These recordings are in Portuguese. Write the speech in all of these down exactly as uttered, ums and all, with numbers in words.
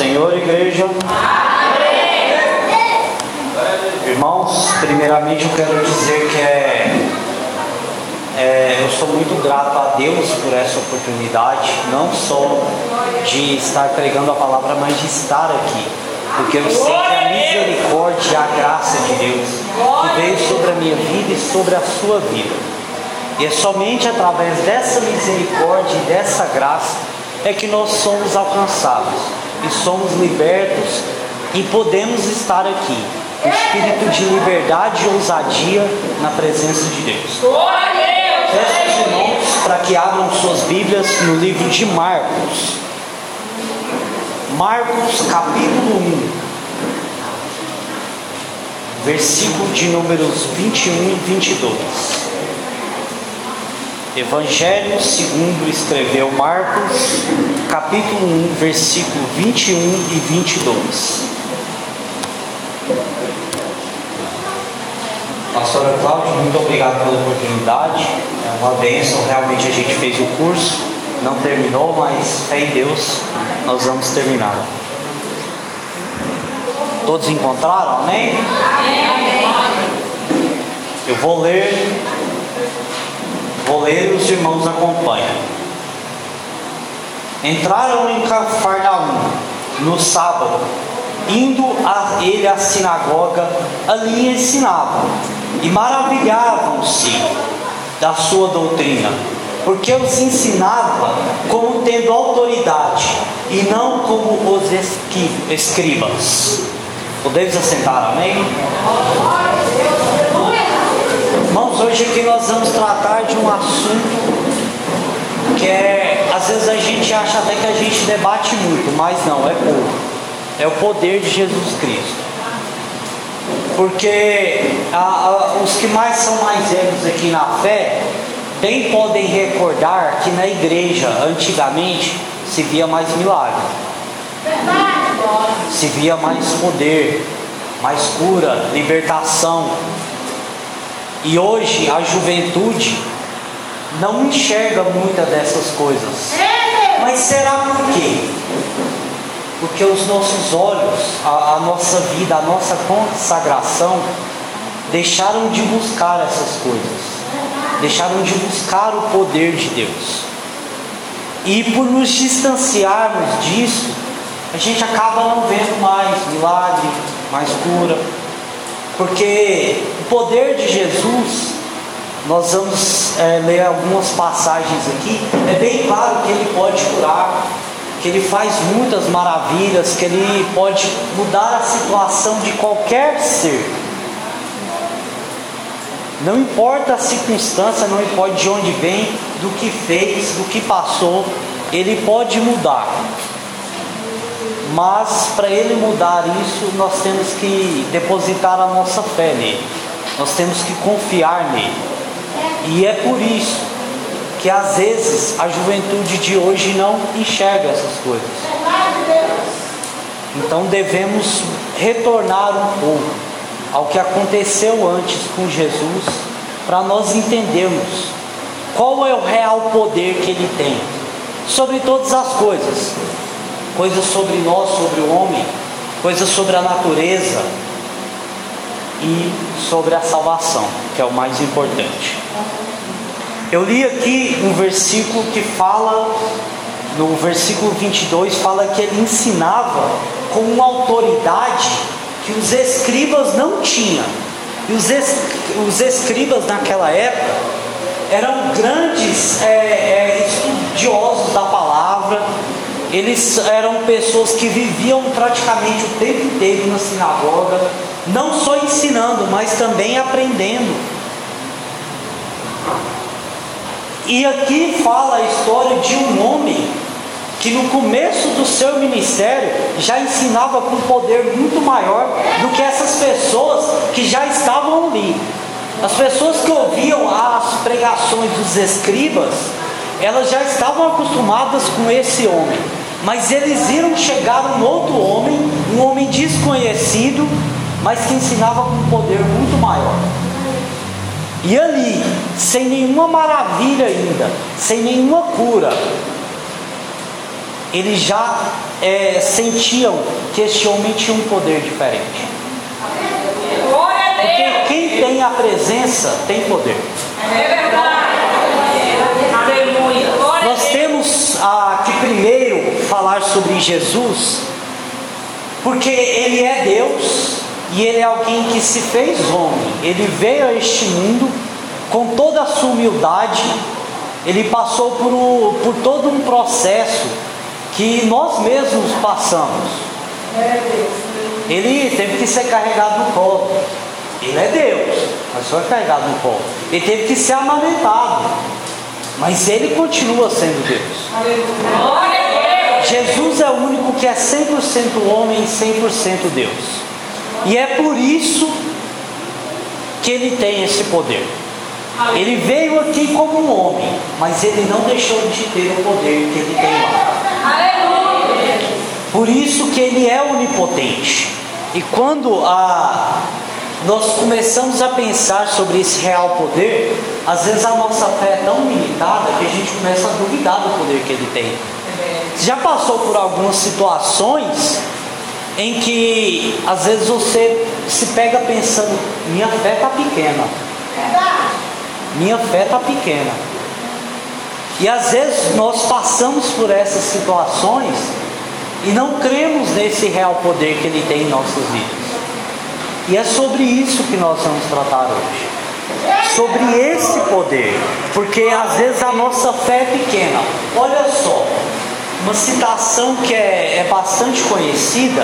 Senhor, igreja. Irmãos, primeiramente eu quero dizer que é, é, eu sou muito grato a Deus por essa oportunidade, não só de estar pregando a palavra, mas de estar aqui, porque eu sei que a misericórdia e a graça de Deus que veio sobre a minha vida e sobre a sua vida, e é somente através dessa misericórdia e dessa graça é que nós somos alcançados e somos libertos e podemos estar aqui, o espírito de liberdade e ousadia na presença de Deus. Peço aos irmãos para que abram suas Bíblias no livro de Marcos, Marcos capítulo um, versículo de números vinte e um e vinte e dois. Evangelho segundo escreveu Marcos, capítulo um, versículo vinte e um e vinte e dois. Pastora Cláudia, muito obrigado pela oportunidade, é uma bênção, realmente a gente fez o curso, não terminou, mas fé em Deus, nós vamos terminar. Todos encontraram? Amém? Eu vou ler... Vou ler e os irmãos acompanham. Entraram em Cafarnaum no sábado, indo a ele à sinagoga, ali ensinava, e maravilhavam-se da sua doutrina, porque os ensinava como tendo autoridade, e não como os escribas. Podemos assentar, amém? Irmãos, hoje aqui nós vamos tratar de um assunto que é, às vezes a gente acha até que a gente debate muito, mas não, é pouco. É o poder de Jesus Cristo. Porque a, a, os que mais são mais velhos aqui na fé, bem podem recordar que na igreja, antigamente, se via mais milagre. Se via mais poder, mais cura, libertação. E hoje a juventude não enxerga muitas dessas coisas. Mas será por quê? Porque os nossos olhos, a, a nossa vida, a nossa consagração deixaram de buscar essas coisas, deixaram de buscar o poder de Deus. E por nos distanciarmos disso, a gente acaba não vendo mais milagre, mais cura. Porque o poder de Jesus, nós vamos é, ler algumas passagens aqui, é bem claro que Ele pode curar, que Ele faz muitas maravilhas, que Ele pode mudar a situação de qualquer ser. Não importa a circunstância, não importa de onde vem, do que fez, do que passou, Ele pode mudar. Mas para Ele mudar isso, nós temos que depositar a nossa fé nele, nós temos que confiar nele. E é por isso que às vezes a juventude de hoje não enxerga essas coisas. Então devemos retornar um pouco ao que aconteceu antes com Jesus, para nós entendermos qual é o real poder que Ele tem sobre todas as coisas. Coisas sobre nós, sobre o homem, coisas sobre a natureza e sobre a salvação, que é o mais importante. Eu li aqui um versículo que fala, no versículo vinte e dois, fala que ele ensinava com uma autoridade que os escribas não tinham. E os, es, os escribas naquela época eram grandes é, é, estudiosos da palavra. Eles eram pessoas que viviam praticamente o tempo inteiro na sinagoga, não só ensinando, mas também aprendendo. E aqui fala a história de um homem que no começo do seu ministério já ensinava com poder muito maior do que essas pessoas que já estavam ali. As pessoas que ouviam as pregações dos escribas, elas já estavam acostumadas com esse homem. Mas eles viram chegar um outro homem, um homem desconhecido, mas que ensinava com um poder muito maior. E ali, sem nenhuma maravilha ainda, sem nenhuma cura, eles já é, sentiam que este homem tinha um poder diferente. Porque quem tem a presença tem poder. Nós temos ah, que primeiro falar sobre Jesus, porque Ele é Deus e Ele é alguém que se fez homem. Ele veio a este mundo com toda a sua humildade. Ele passou por, o, por todo um processo que nós mesmos passamos. Ele teve que ser carregado no colo. Ele é Deus, mas foi carregado no colo. Ele teve que ser amamentado, mas Ele continua sendo Deus. Jesus é o único que é cem por cento homem e cem por cento Deus. E é por isso que Ele tem esse poder. Ele veio aqui como um homem, mas Ele não deixou de ter o poder que Ele tem lá. Por isso que Ele é onipotente. E quando a, nós começamos a pensar sobre esse real poder, às vezes a nossa fé é tão limitada que a gente começa a duvidar do poder que Ele tem. Você já passou por algumas situações em que às vezes você se pega pensando, minha fé está pequena. Minha fé está pequena. E às vezes nós passamos por essas situações e não cremos nesse real poder que Ele tem em nossas vidas. E é sobre isso que nós vamos tratar hoje. Sobre esse poder. Porque às vezes a nossa fé é pequena. Olha só, uma citação que é, é bastante conhecida.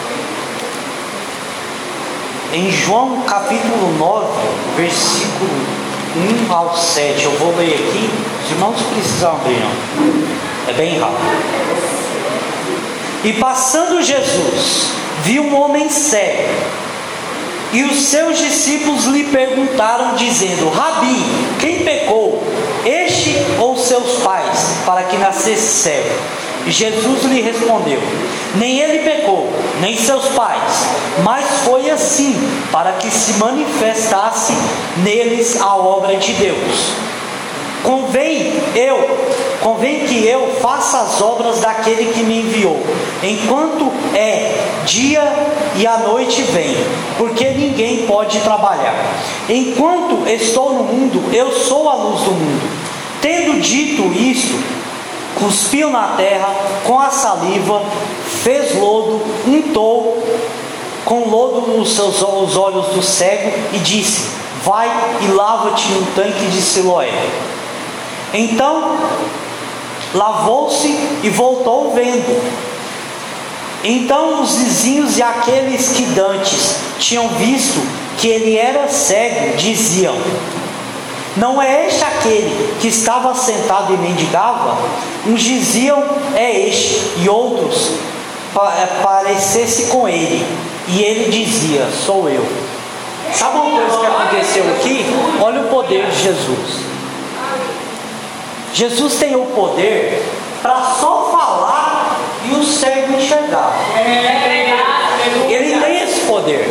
Em João capítulo nove, versículo um ao sete, eu vou ler aqui, os irmãos precisam abrir, não. É bem rápido. E passando Jesus, viu um homem cego, e os seus discípulos lhe perguntaram, dizendo: Rabi, quem pecou, este ou seus pais, para que nascesse cego? E Jesus lhe respondeu: nem ele pecou, nem seus pais, mas foi assim, para que se manifestasse neles a obra de Deus. Convém eu, convém que eu faça as obras daquele que me enviou, enquanto é dia e a noite vem, porque ninguém pode trabalhar. Enquanto estou no mundo, eu sou a luz do mundo. Tendo dito isto, cuspiu na terra com a saliva, fez lodo, untou com lodo os seus os olhos do cego e disse: vai e lava-te no tanque de Siloé. Então lavou-se e voltou vendo. Então os vizinhos e aqueles que dantes tinham visto que ele era cego diziam: não é este aquele que estava sentado e mendigava? Uns diziam: é este, e outros parecesse com ele. E ele dizia: sou eu. Sabe uma coisa que aconteceu aqui? Olha o poder de Jesus. Jesus tem o poder para só falar e o cego enxergar. Ele tem esse poder.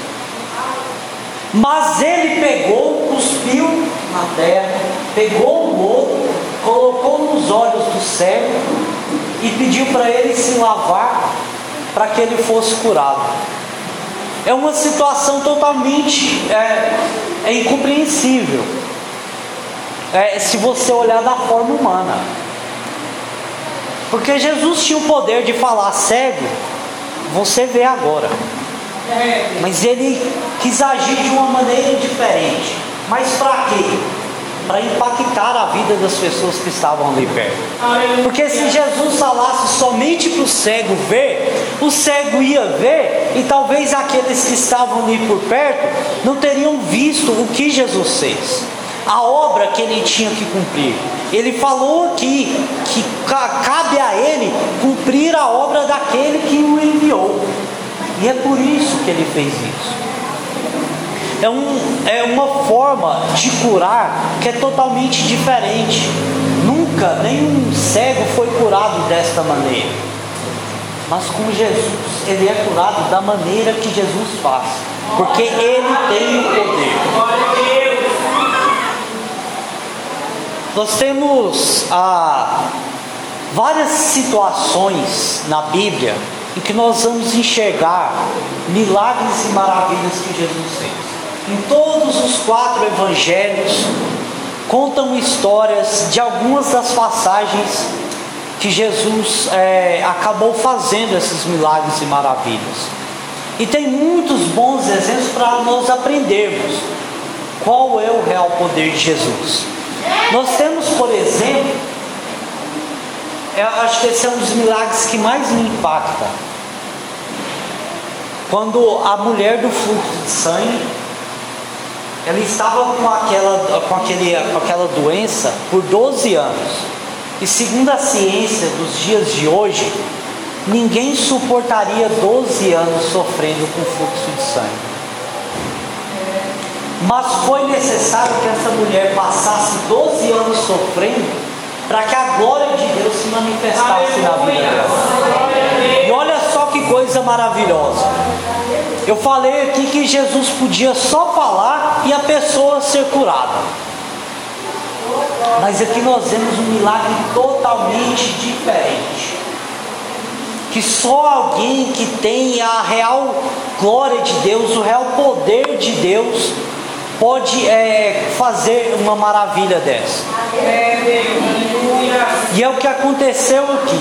Mas ele pegou, cuspiu na terra, pegou o lodo, colocou nos olhos do cego e pediu para ele se lavar para que ele fosse curado. É uma situação totalmente é, é incompreensível, é, se você olhar da forma humana. Porque Jesus tinha o poder de falar: cego, você vê agora. Mas ele quis agir de uma maneira diferente. Mas para quê? Para impactar a vida das pessoas que estavam ali perto. Porque se Jesus falasse somente para o cego ver, o cego ia ver, e talvez aqueles que estavam ali por perto não teriam visto o que Jesus fez, a obra que ele tinha que cumprir. Ele falou aqui que cabe a ele cumprir a obra daquele que o enviou. E é por isso que ele fez isso. É, um, é uma forma de curar que é totalmente diferente. Nunca nenhum cego foi curado desta maneira. Mas com Jesus, ele é curado da maneira que Jesus faz. Porque ele tem o poder. Nós temos a, várias situações na Bíblia em que nós vamos enxergar milagres e maravilhas que Jesus fez. Em todos os quatro evangelhos contam histórias de algumas das passagens que Jesus é, acabou fazendo esses milagres e maravilhas. E tem muitos bons exemplos para nós aprendermos qual é o real poder de Jesus. Nós temos, por exemplo, eu acho que esse é um dos milagres que mais me impacta. Quando a mulher do fluxo de sangue, ela estava com aquela, com aquele, com aquela doença por doze anos. E segundo a ciência dos dias de hoje, ninguém suportaria doze anos sofrendo com fluxo de sangue. Mas foi necessário que essa mulher passasse doze anos sofrendo para que a glória de Deus se manifestasse na vida dela. E olha só que coisa maravilhosa. Eu falei aqui que Jesus podia só falar e a pessoa ser curada. Mas aqui nós vemos um milagre totalmente diferente. Que só alguém que tem a real glória de Deus, o real poder de Deus, pode é, fazer uma maravilha dessa. E é o que aconteceu aqui.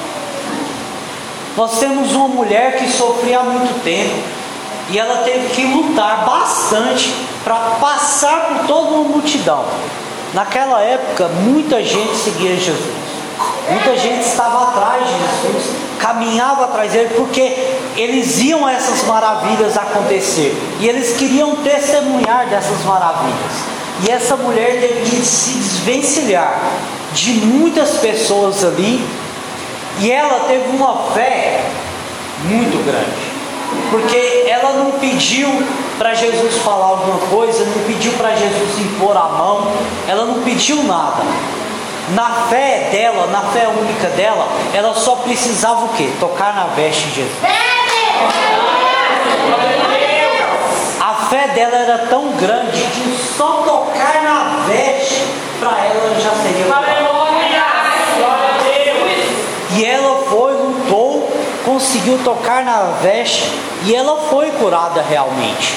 Nós temos uma mulher que sofria há muito tempo, e ela teve que lutar bastante para passar por toda uma multidão. Naquela época, muita gente seguia Jesus. Muita gente estava atrás de Jesus, caminhava atrás dele, porque eles iam essas maravilhas acontecer. E eles queriam testemunhar dessas maravilhas. E essa mulher teve que se desvencilhar de muitas pessoas ali. E ela teve uma fé muito grande. Porque ela não pediu para Jesus falar alguma coisa, não pediu para Jesus impor a mão, ela não pediu nada. Na fé dela, na fé única dela, ela só precisava o quê? Tocar na veste de Jesus. A fé dela era tão grande que só tocar na veste para ela já seria curada. E ela foi, lutou, conseguiu tocar na veste e ela foi curada realmente.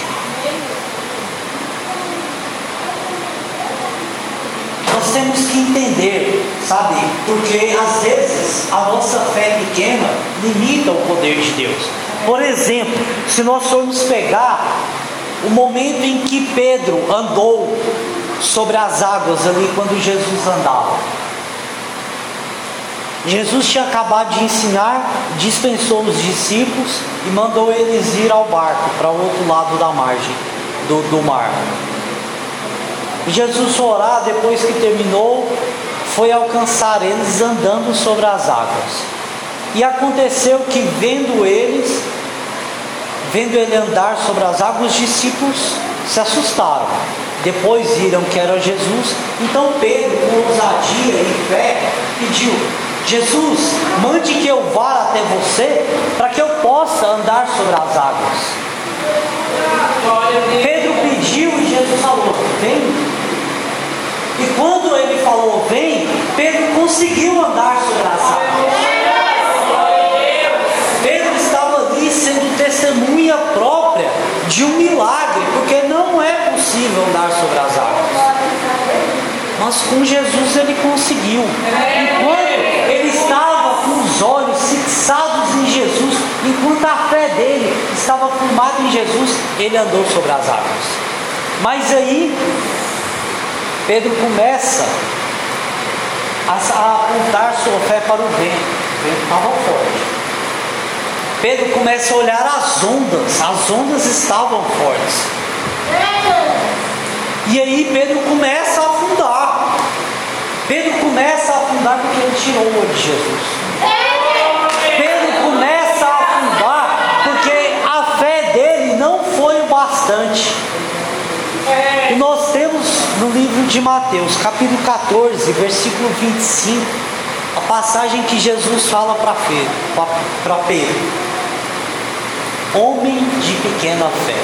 Nós temos que entender, sabe? Porque às vezes a nossa fé pequena limita o poder de Deus. Por exemplo, se nós formos pegar o momento em que Pedro andou sobre as águas ali quando Jesus andava. Jesus tinha acabado de ensinar, dispensou os discípulos e mandou eles ir ao barco, para o outro lado da margem do, do mar. Jesus foi orar, depois que terminou, foi alcançar eles andando sobre as águas. E aconteceu que vendo eles, vendo ele andar sobre as águas, os discípulos se assustaram. Depois viram que era Jesus. Então Pedro, com ousadia e fé, pediu: Jesus, mande que eu vá até você, para que eu possa andar sobre as águas. Pedro pediu e Jesus falou: vem. E quando ele falou vem, Pedro conseguiu andar sobre as águas. Pedro estava ali sendo testemunha própria de um milagre, porque não é possível andar sobre as águas. Mas com Jesus ele conseguiu. Enquanto ele estava com os olhos fixados em Jesus, enquanto a fé dele estava firmada em Jesus, ele andou sobre as águas. Mas aí Pedro começa a apontar sua fé para o vento. O vento estava forte. Pedro começa a olhar as ondas. As ondas estavam fortes. E aí Pedro começa a afundar. Pedro começa a afundar porque ele tirou o olho de Jesus. Pedro começa a afundar porque a fé dele não foi o bastante. E nós temos no livro de Mateus, capítulo catorze, versículo vinte e cinco, a passagem que Jesus fala para Pedro, para Pedro: homem de pequena fé.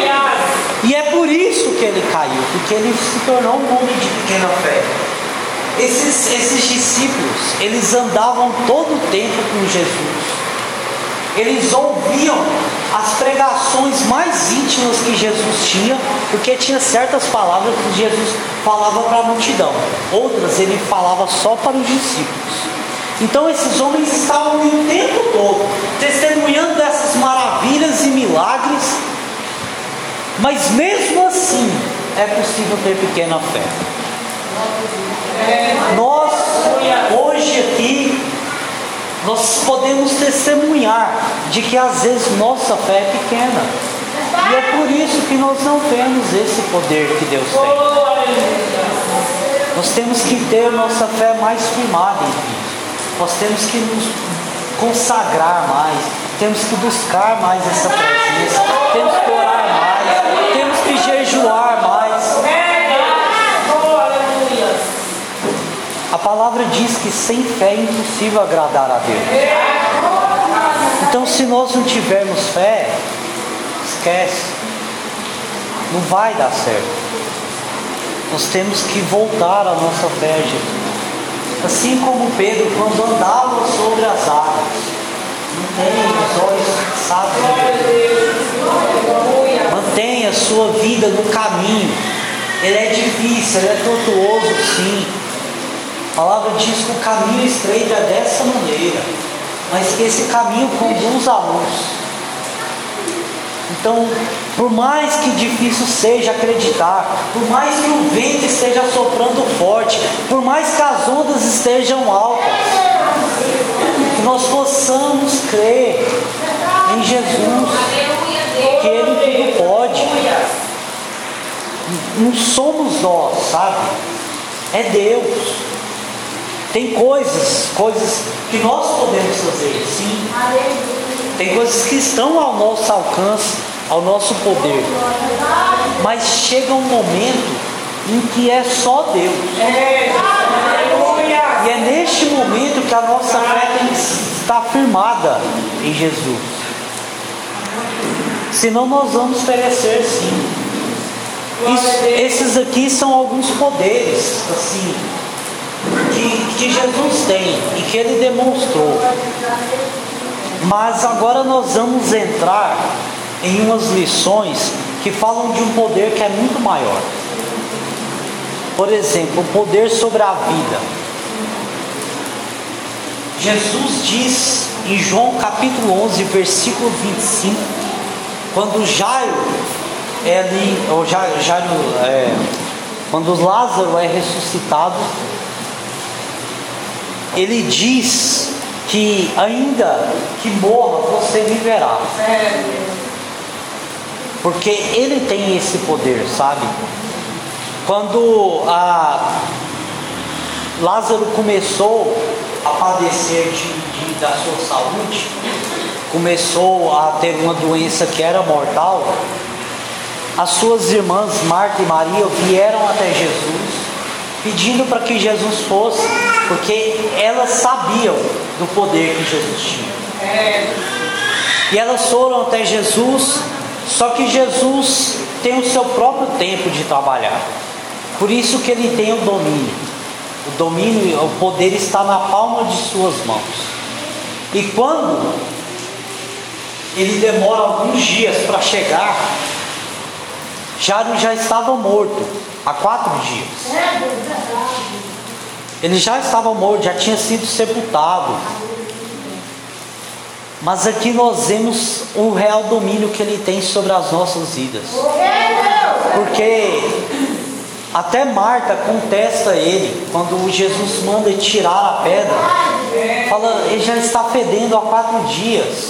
E é por isso que ele caiu, porque ele se tornou um homem de pequena fé. Esses, esses discípulos, eles andavam todo o tempo com Jesus. Eles ouviam as pregações mais íntimas que Jesus tinha, porque tinha certas palavras que Jesus falava para a multidão, outras ele falava só para os discípulos. Então esses homens estavam o tempo todo testemunhando dessas maravilhas e milagres, mas mesmo assim é possível ter pequena fé. Nós hoje aqui nós podemos testemunhar de que às vezes nossa fé é pequena, e é por isso que nós não temos esse poder que Deus tem. Nós temos que ter nossa fé mais firmada em Cristo. Nós temos que nos consagrar mais, temos que buscar mais essa presença, temos que orar mais, temos que jejuar mais. A palavra diz que sem fé é impossível agradar a Deus. Então, se nós não tivermos fé, esquece, não vai dar certo. Nós temos que voltar a nossa fé a Jesus. Assim como Pedro, quando andava sobre as águas, mantenha os olhos fixados em Jesus. Mantenha a sua vida no caminho. Ele é difícil, ele é tortuoso, sim. A palavra diz que o caminho estreito é dessa maneira, mas que esse caminho conduz à luz. Então, por mais que difícil seja acreditar, por mais que o vento esteja soprando forte, por mais que as ondas estejam altas, que nós possamos crer em Jesus, que Ele tudo pode. Não somos nós, sabe? É Deus. Tem coisas, coisas que nós podemos fazer, sim. Tem coisas que estão ao nosso alcance, ao nosso poder. Mas chega um momento em que é só Deus. E é neste momento que a nossa fé tem que estar firmada em Jesus. Senão nós vamos perecer, sim. Isso, esses aqui são alguns poderes, assim, que, que Jesus tem e que Ele demonstrou. Mas agora nós vamos entrar em umas lições que falam de um poder que é muito maior. Por exemplo, o poder sobre a vida. Jesus diz em João capítulo onze, versículo vinte e cinco, quando Jairo é ali, ou Jairo, Jairo é, quando Lázaro é ressuscitado, ele diz que ainda que morra, você viverá. Porque ele tem esse poder, sabe? Quando a Lázaro começou a padecer de, de, da sua saúde, começou a ter uma doença que era mortal, as suas irmãs Marta e Maria vieram até Jesus, pedindo para que Jesus fosse, porque elas sabiam do poder que Jesus tinha. E elas foram até Jesus, só que Jesus tem o seu próprio tempo de trabalhar. Por isso que ele tem o domínio. O domínio, o poder está na palma de suas mãos. E quando ele demora alguns dias para chegar, Jairo já estava morto há quatro dias. Ele já estava morto, já tinha sido sepultado. Mas aqui nós vemos o real domínio que ele tem sobre as nossas vidas. Porque até Marta contesta ele, quando Jesus manda tirar a pedra, fala, ele já está fedendo há quatro dias.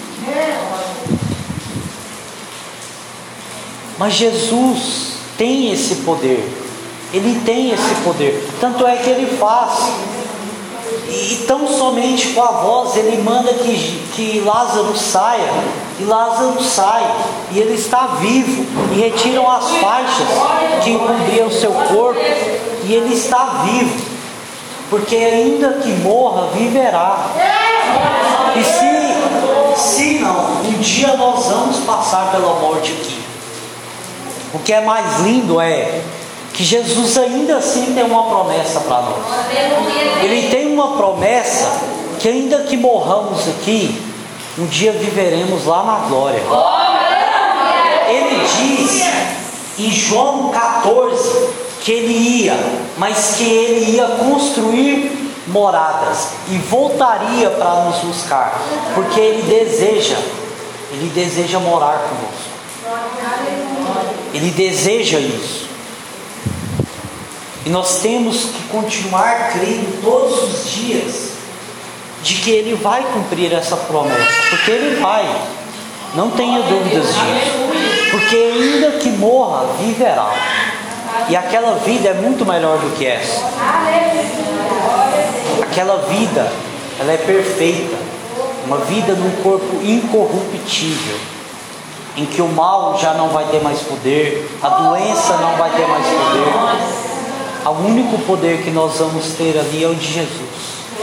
Mas Jesus tem esse poder, ele tem esse poder, tanto é que ele faz, e tão somente com a voz ele manda que, que Lázaro saia, e Lázaro sai, e ele está vivo, e retiram as faixas que encobriam o seu corpo, e ele está vivo, porque ainda que morra, viverá. E se, se não, um dia nós vamos passar pela morte aqui. O que é mais lindo é que Jesus ainda assim tem uma promessa para nós. Ele tem uma promessa que ainda que morramos aqui, um dia viveremos lá na glória. Ele diz em João catorze que ele ia, mas que ele ia construir moradas e voltaria para nos buscar, porque ele deseja, ele deseja morar conosco. Ele deseja isso. E nós temos que continuar crendo todos os dias de que Ele vai cumprir essa promessa, porque Ele vai, não tenha dúvidas disso, porque ainda que morra, viverá, e aquela vida é muito melhor do que essa. Aquela vida, ela é perfeita, uma vida num corpo incorruptível, em que o mal já não vai ter mais poder, a doença não vai ter mais poder. O único poder que nós vamos ter ali é o de Jesus.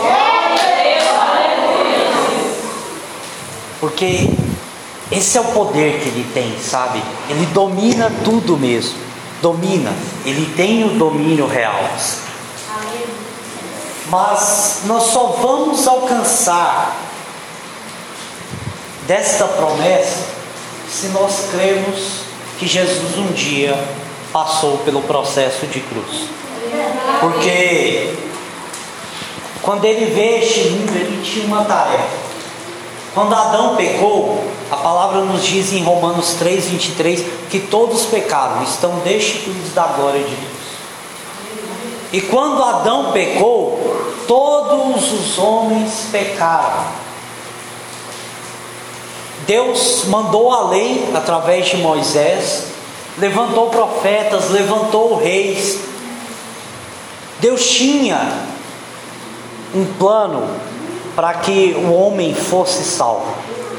Porque esse é o poder que Ele tem, sabe? Ele domina tudo mesmo. Domina. Ele tem o domínio real. Mas nós só vamos alcançar desta promessa se nós crermos que Jesus um dia passou pelo processo de cruz. Porque quando Ele veio a este mundo, Ele tinha uma tarefa. Quando Adão pecou, a palavra nos diz em Romanos três, vinte e três, que todos pecaram, estão destituídos da glória de Deus. E quando Adão pecou, todos os homens pecaram. Deus mandou a lei através de Moisés, levantou profetas, levantou reis. Deus tinha um plano para que o homem fosse salvo,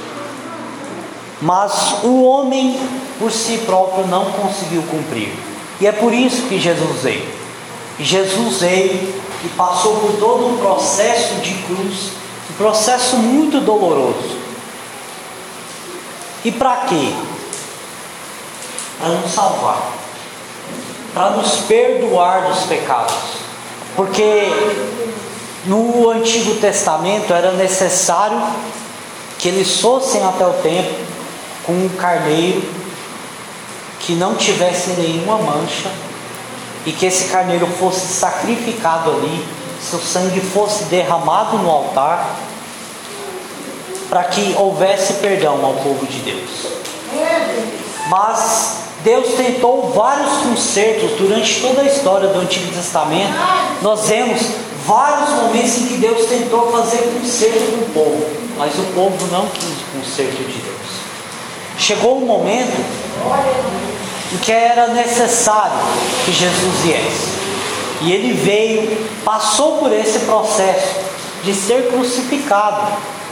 mas o homem por si próprio não conseguiu cumprir, e é por isso que Jesus veio. E Jesus veio e passou por todo um processo de cruz, um processo muito doloroso. E para quê? Para nos salvar, para nos perdoar dos pecados, porque no Antigo Testamento era necessário que eles fossem até o templo com um carneiro que não tivesse nenhuma mancha, e que esse carneiro fosse sacrificado ali, seu sangue fosse derramado no altar, para que houvesse perdão ao povo de Deus. Mas Deus tentou vários consertos durante toda a história do Antigo Testamento. Nós vemos vários momentos em que Deus tentou fazer conserto com o povo, mas o povo não quis o conserto de Deus. Chegou um momento em que era necessário que Jesus viesse, e Ele veio, passou por esse processo de ser crucificado.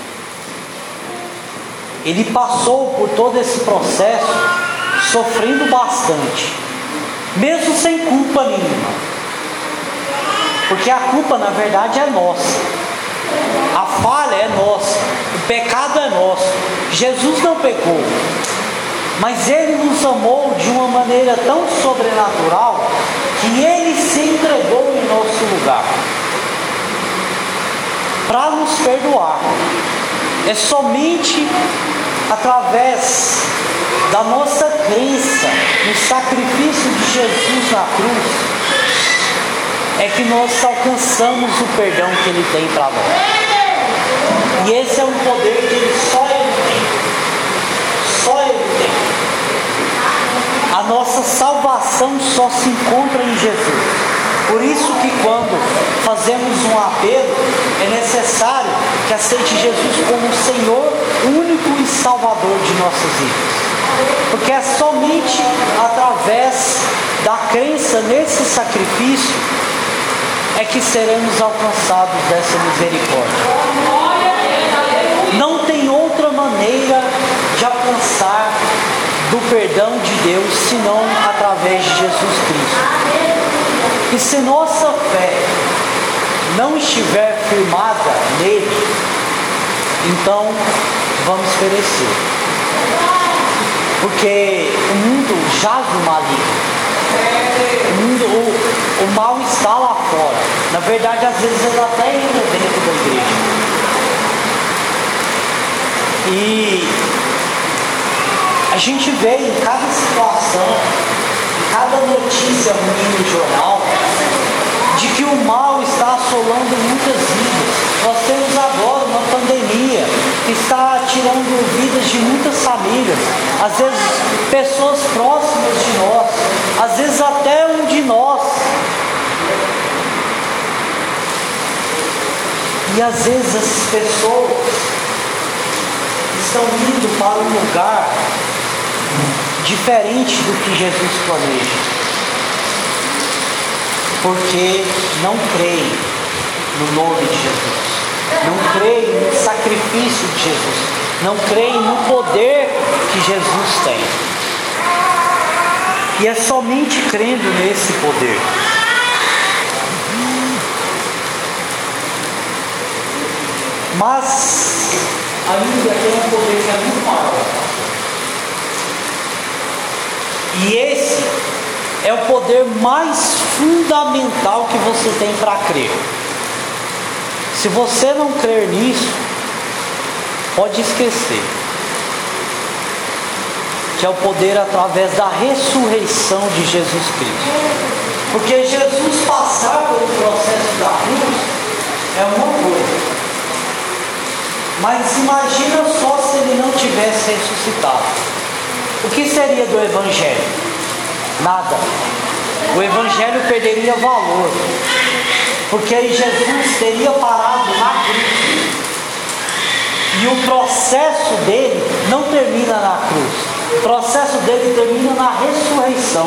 Ele passou por todo esse processo sofrendo bastante, mesmo sem culpa nenhuma, porque a culpa na verdade é nossa, a falha é nossa, o pecado é nosso. Jesus não pecou, mas Ele nos amou de uma maneira tão sobrenatural que Ele se entregou em nosso lugar para nos perdoar. É somente através da nossa crença no sacrifício de Jesus na cruz é que nós alcançamos o perdão que Ele tem para nós. E esse é um poder que ele, só Ele tem. Só Ele tem. A nossa salvação só se encontra em Jesus. Por isso que quando fazemos um apelo, é necessário que aceite Jesus como o Senhor único e Salvador de nossas vidas. Porque é somente através da crença nesse sacrifício é que seremos alcançados dessa misericórdia. Não tem outra maneira de alcançar do perdão de Deus senão através de Jesus Cristo. E se nossa fé não estiver firmada nele, então vamos perecer. Porque o mundo jaz no maligno. O, mundo, o, o mal está lá fora. Na verdade, às vezes ele até entra dentro da igreja. E a gente vê em cada situação, em cada notícia ruim no jornal, de que o mal está assolando muitas vidas. Nós temos agora uma pandemia que está tirando vidas de muitas famílias, às vezes pessoas próximas de nós, às vezes até um de nós. E às vezes essas pessoas estão indo para um lugar diferente do que Jesus planeja, porque não creem no nome de Jesus, não creem no sacrifício de Jesus, não creem no poder que Jesus tem. E é somente crendo nesse poder. Mas ainda tem um poder que é muito maior. E esse é o poder mais fundamental que você tem para crer. Se você não crer nisso, pode esquecer. Que é o poder através da ressurreição de Jesus Cristo. Porque Jesus passar pelo processo da cruz é uma coisa. Mas imagina só se ele não tivesse ressuscitado. O que seria do Evangelho? Nada. O Evangelho perderia valor, porque aí Jesus teria parado na cruz, e o processo dele não termina na cruz, o processo dele termina na ressurreição.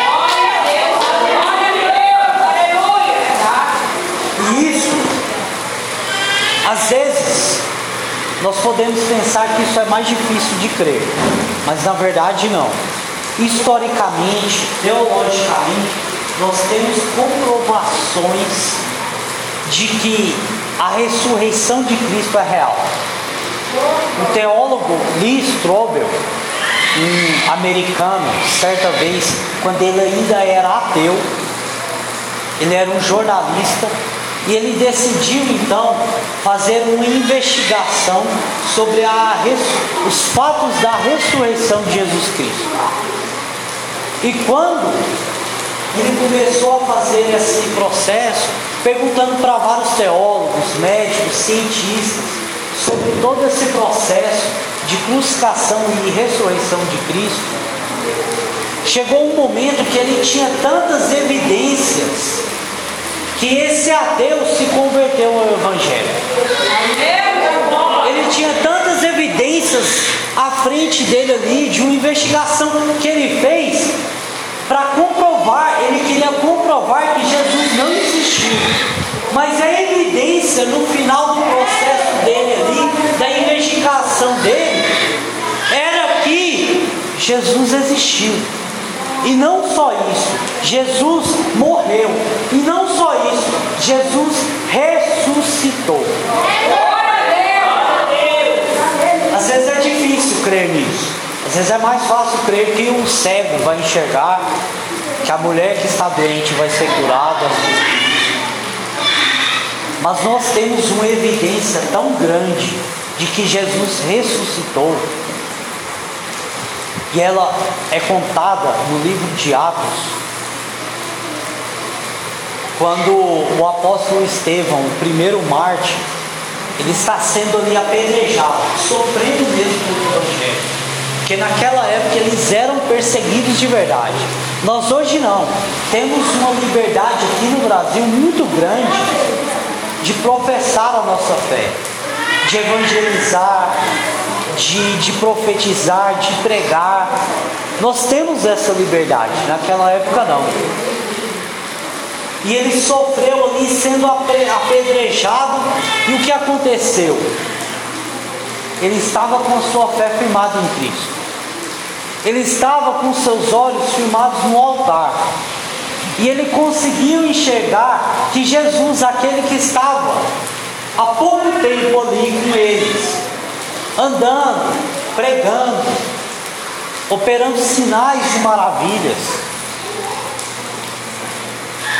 E isso, às vezes, nós podemos pensar que isso é mais difícil de crer, mas na verdade não. Historicamente, teologicamente, nós temos comprovações de que a ressurreição de Cristo é real. O teólogo Lee Strobel, um americano, certa vez, quando ele ainda era ateu, ele era um jornalista, e ele decidiu então fazer uma investigação sobre a, os fatos da ressurreição de Jesus Cristo. E quando ele começou a fazer esse processo, perguntando para vários teólogos, médicos, cientistas, sobre todo esse processo de crucificação e ressurreição de Cristo, chegou um momento que ele tinha tantas evidências que esse ateu se converteu ao Evangelho. Ele tinha tantas evidências à frente dele ali, de uma investigação que ele fez para comprovar, ele queria comprovar que Jesus não existiu. Mas a evidência no final do processo dele ali, da investigação dele, era que Jesus existiu. E não só isso, Jesus morreu. E não só isso, Jesus ressuscitou. Às vezes é difícil crer nisso. Às vezes é mais fácil crer que um cego vai enxergar, que a mulher que está doente vai ser curada. Mas nós temos uma evidência tão grande de que Jesus ressuscitou, e ela é contada no livro de Atos, quando o apóstolo Estevão, o primeiro mártir, ele está sendo ali apedrejado, sofrendo mesmo pelo Evangelho, porque naquela época eles eram perseguidos de verdade. Nós hoje não, temos uma liberdade aqui no Brasil muito grande de professar a nossa fé, de evangelizar, De, de profetizar, de pregar. Nós temos essa liberdade, naquela época não. E ele sofreu ali sendo apedrejado. E o que aconteceu? Ele estava com a sua fé firmada em Cristo. Ele estava com seus olhos firmados no altar. E ele conseguiu enxergar que Jesus, aquele que estava há pouco tempo ali com eles, andando, pregando, operando sinais e maravilhas,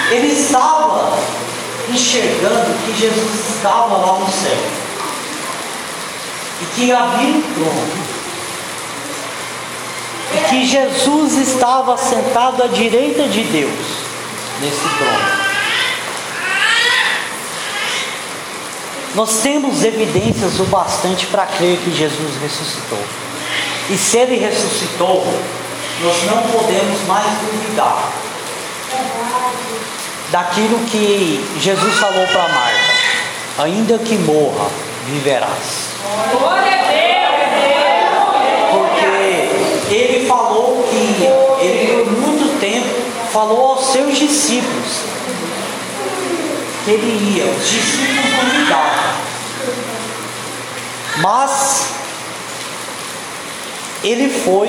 Ele estava enxergando que Jesus estava lá no céu e que havia um trono, e que Jesus estava sentado à direita de Deus nesse trono. Nós temos evidências o bastante para crer que Jesus ressuscitou. E se Ele ressuscitou, nós não podemos mais duvidar daquilo que Jesus falou para Marta: ainda que morra, viverás. Porque Ele falou que Ele por muito tempo falou aos seus discípulos que Ele ia, os discípulos duvidavam, mas Ele foi,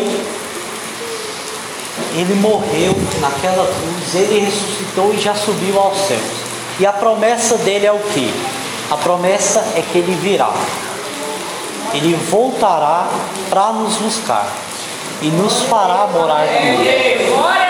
Ele morreu naquela cruz, Ele ressuscitou e já subiu aos céus. E a promessa dele é o quê? A promessa é que Ele virá, Ele voltará para nos buscar e nos fará morar com Ele.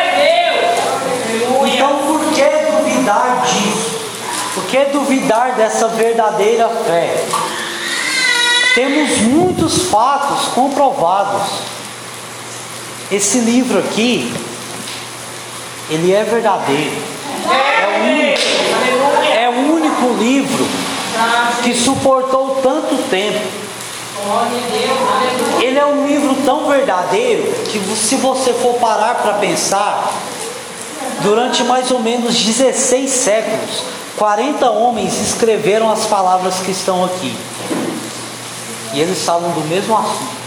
Então por que duvidar disso? Por que duvidar dessa verdadeira fé? Temos muitos fatos comprovados. Esse livro aqui, ele é verdadeiro. É o único, é o único livro que suportou tanto tempo. Ele é um livro tão verdadeiro que, se você for parar para pensar, durante mais ou menos dezesseis séculos, quarenta homens escreveram as palavras que estão aqui. E eles falam do mesmo assunto.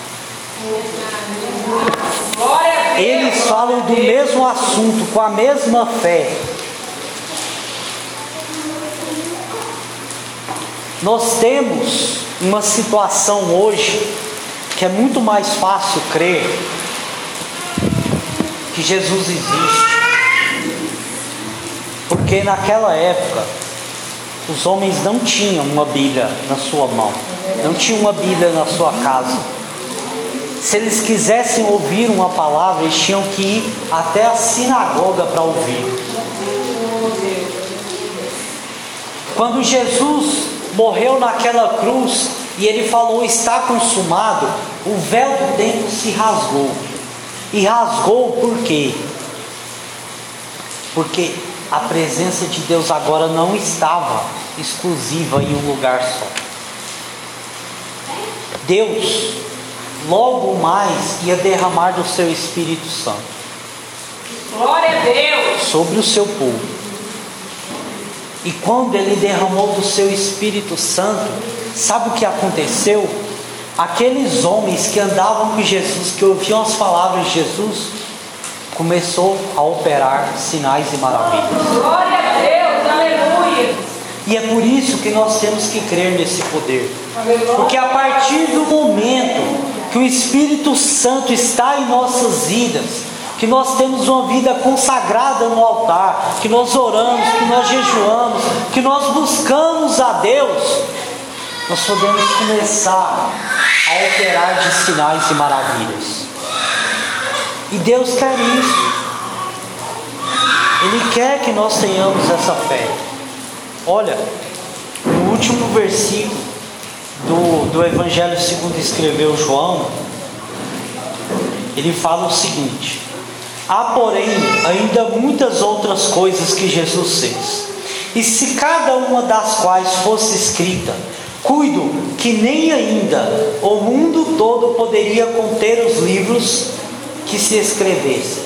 Eles falam do mesmo assunto, com a mesma fé. Nós temos uma situação hoje que é muito mais fácil crer que Jesus existe. Porque naquela época, os homens não tinham uma Bíblia na sua mão, não tinham uma Bíblia na sua casa. Se eles quisessem ouvir uma palavra, eles tinham que ir até a sinagoga para ouvir. Quando Jesus morreu naquela cruz e Ele falou: está consumado, o véu do templo se rasgou. E rasgou por quê? Porque a presença de Deus agora não estava exclusiva em um lugar só. Deus logo mais ia derramar do seu Espírito Santo. Glória a Deus! Sobre o seu povo. E quando Ele derramou do seu Espírito Santo, sabe o que aconteceu? Aqueles homens que andavam com Jesus, que ouviam as palavras de Jesus, começou a operar sinais e maravilhas. Glória a Deus, aleluia! E é por isso que nós temos que crer nesse poder. Porque a partir do momento que o Espírito Santo está em nossas vidas, que nós temos uma vida consagrada no altar, que nós oramos, que nós jejuamos, que nós buscamos a Deus, nós podemos começar a operar de sinais e maravilhas. E Deus quer isso. Ele quer que nós tenhamos essa fé. Olha, no último versículo do, do Evangelho segundo escreveu João, ele fala o seguinte: há porém ainda muitas outras coisas que Jesus fez, e se cada uma das quais fosse escrita, cuido que nem ainda o mundo todo poderia conter os livros que se escrevessem.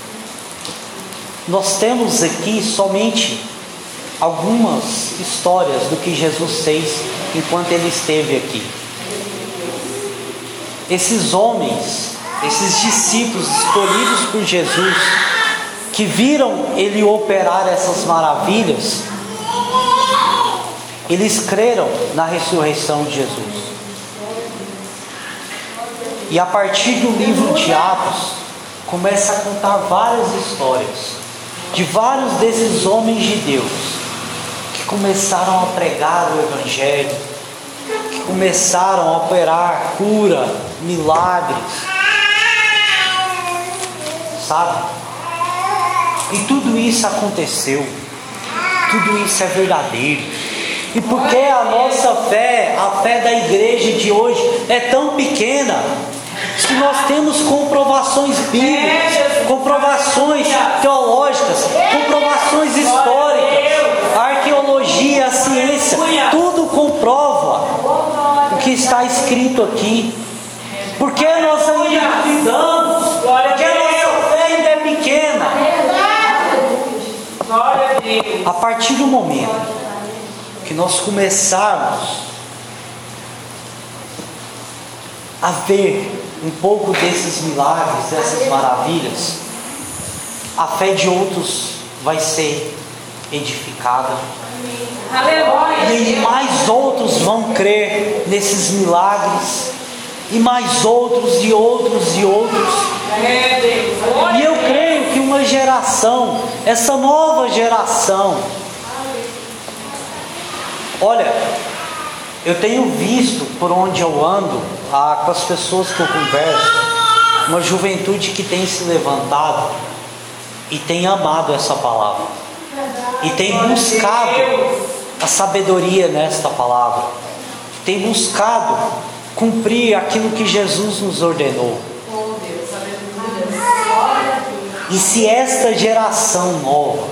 Nós temos aqui somente algumas histórias do que Jesus fez enquanto Ele esteve aqui. Esses homens, esses discípulos escolhidos por Jesus, que viram Ele operar essas maravilhas, eles creram na ressurreição de Jesus. E a partir do livro de Atos, começa a contar várias histórias de vários desses homens de Deus que começaram a pregar o Evangelho, que começaram a operar cura, milagres, sabe? E tudo isso aconteceu tudo isso é verdadeiro. E porque a nossa fé, a fé da igreja de hoje é tão pequena, que nós temos comprovações bíblicas, comprovações teológicas, comprovações históricas, a arqueologia, a ciência, tudo comprova o que está escrito aqui. Porque nós ainda duvidamos, porque a nossa fé ainda é pequena. A partir do momento que nós começarmos a ver um pouco desses milagres, dessas maravilhas, a fé de outros vai ser edificada. Aleluia. E mais outros vão crer nesses milagres, e mais outros e outros e outros. E eu creio que uma geração, essa nova geração, olha, eu tenho visto por onde eu ando, ah, com as pessoas que eu converso, uma juventude que tem se levantado e tem amado essa palavra, e tem buscado a sabedoria nesta palavra, tem buscado cumprir aquilo que Jesus nos ordenou. E se esta geração nova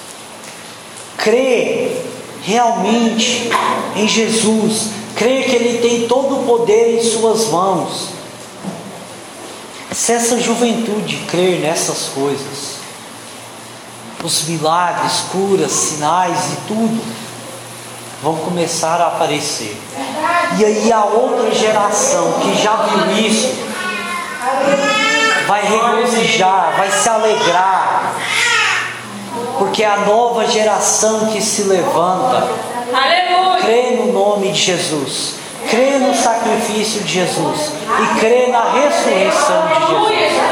crê realmente em Jesus, crê que Ele tem todo o poder em suas mãos, se essa juventude crer nessas coisas, os milagres, curas, sinais e tudo vão começar a aparecer. E aí a outra geração que já viu isso vai regozijar, vai se alegrar, porque a nova geração que se levanta, aleluia, crê no nome de Jesus, crê no sacrifício de Jesus e crê na ressurreição de Jesus.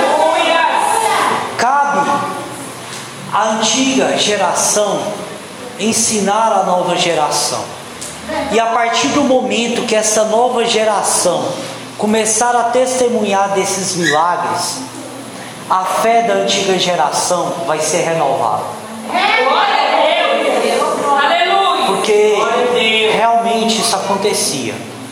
Cabe à antiga geração ensinar a nova geração. E a partir do momento que essa nova geração começar a testemunhar desses milagres, a fé da antiga geração vai ser renovada. Porque realmente isso acontecia.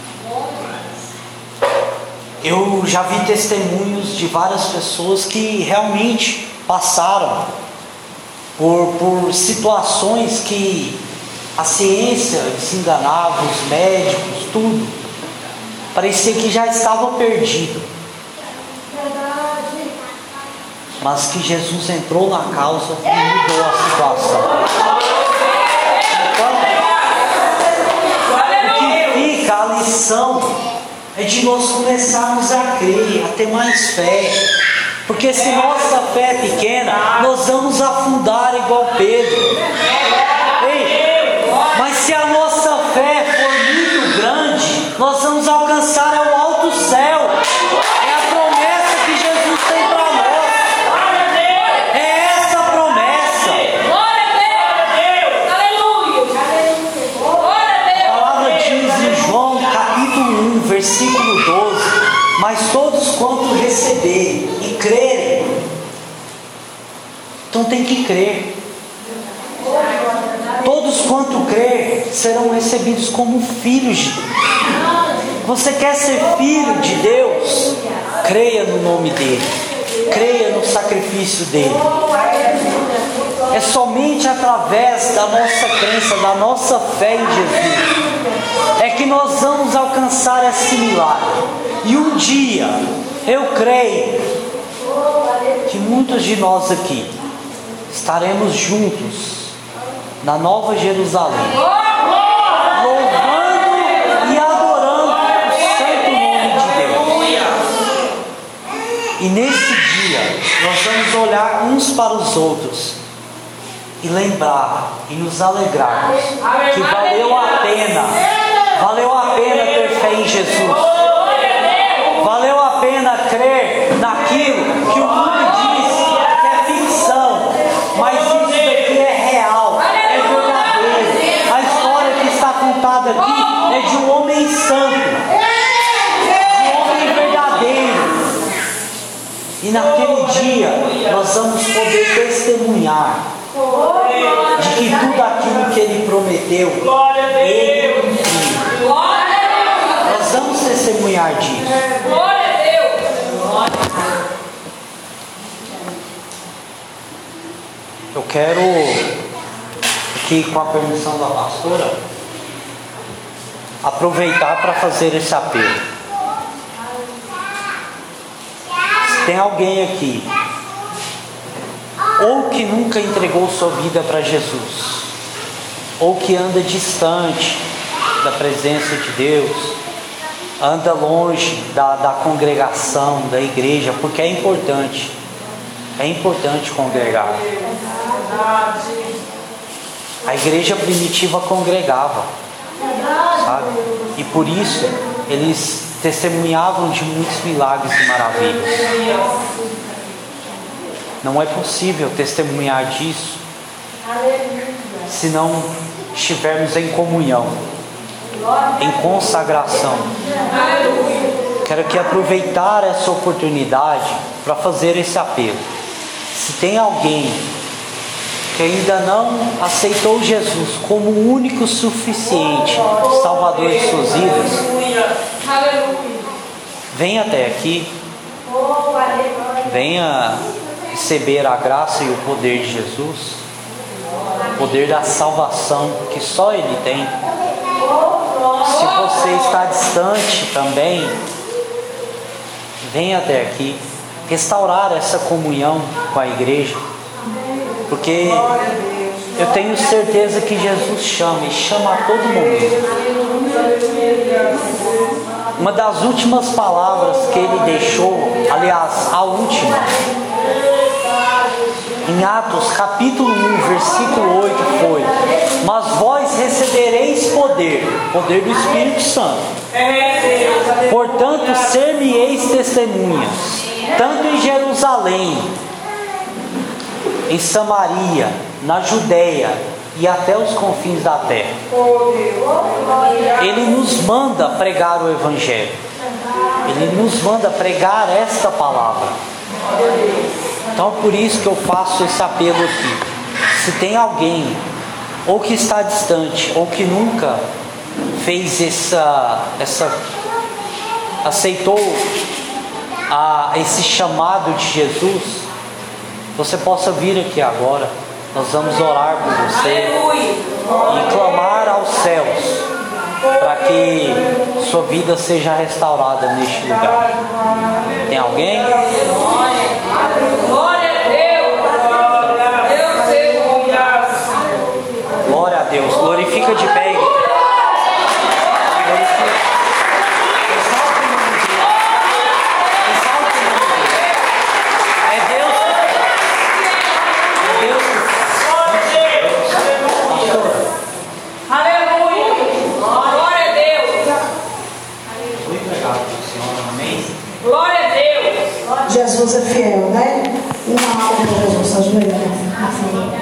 Eu já vi testemunhos de várias pessoas que realmente passaram por, por situações que a ciência se enganava, os médicos, tudo. Parecia que já estava perdido. Mas que Jesus entrou na causa e mudou a situação. Então, o que fica, a lição, é de nós começarmos a crer, a ter mais fé. Porque se nossa fé é pequena, nós vamos afundar igual Pedro. Ei, mas se a nossa fé for muito grande, nós vamos alcançar o alto céu. É a promessa que Jesus tem para nós. É essa a promessa. A palavra diz em João capítulo um, versículo doze: mas todos quanto receberem e crerem, então tem que crer. Todos quanto crer serão recebidos como filhos de Deus. Você quer ser filho de Deus? Creia no nome dele, creia no sacrifício dele. É somente através da nossa crença, da nossa fé em Jesus, é que nós vamos alcançar esse milagre. E um dia, eu creio que muitos de nós aqui estaremos juntos na Nova Jerusalém, louvando e adorando o santo nome de Deus. E nesse dia nós vamos olhar uns para os outros e lembrar e nos alegrarmos que valeu a pena, valeu a pena ter fé em Jesus, valeu a pena crer naquilo que o mundo diz que é ficção, mas isso daqui é real, é verdadeiro. A história que está contada aqui é de um homem santo, de um homem verdadeiro. E naquele dia nós vamos poder testemunhar de e tudo aquilo que Ele prometeu, Ele cumpriu. Nós vamos testemunhar disso. Glória a Deus. Eu quero, aqui com a permissão da pastora, aproveitar para fazer esse apelo. Se tem alguém aqui, ou que nunca entregou sua vida para Jesus, ou que anda distante da presença de Deus, anda longe da, da congregação, da igreja, porque é importante, é importante congregar. A igreja primitiva congregava, sabe? E por isso eles testemunhavam de muitos milagres e maravilhas. Não é possível testemunhar disso se não estivermos em comunhão, em consagração. Quero aqui aproveitar essa oportunidade para fazer esse apelo. Se tem alguém que ainda não aceitou Jesus como o único suficiente Salvador de suas vidas, venha até aqui, venha receber a graça e o poder de Jesus, o poder da salvação que só Ele tem. Se você está distante também, venha até aqui restaurar essa comunhão com a igreja, porque eu tenho certeza que Jesus chama e chama a todo momento. Uma das últimas palavras que Ele deixou, aliás, a última, em Atos capítulo um, versículo oito foi: mas vós recebereis poder, poder do Espírito Santo. Portanto, ser-me-eis testemunhas, tanto em Jerusalém, em Samaria, na Judéia e até os confins da terra. Ele nos manda pregar o Evangelho. Ele nos manda pregar esta palavra. Então por isso que eu faço esse apelo aqui. Se tem alguém, ou que está distante, ou que nunca fez essa, essa aceitou a, esse chamado de Jesus, você possa vir aqui agora. Nós vamos orar por você e clamar aos céus para que sua vida seja restaurada neste lugar. Tem alguém? Glória a Deus. Deus seja glorificado. Glória a Deus. Glorifica de pé, igreja. Glorifica. Exalta o nome de Deus. Exalta o nome de Deus. É Deus. É Deus. Aleluia. Glória a Deus. Muito obrigado, Senhor. Amém. Glória a Deus. Jesus é fiel, né? Uma alma para Jesus, ajoelha.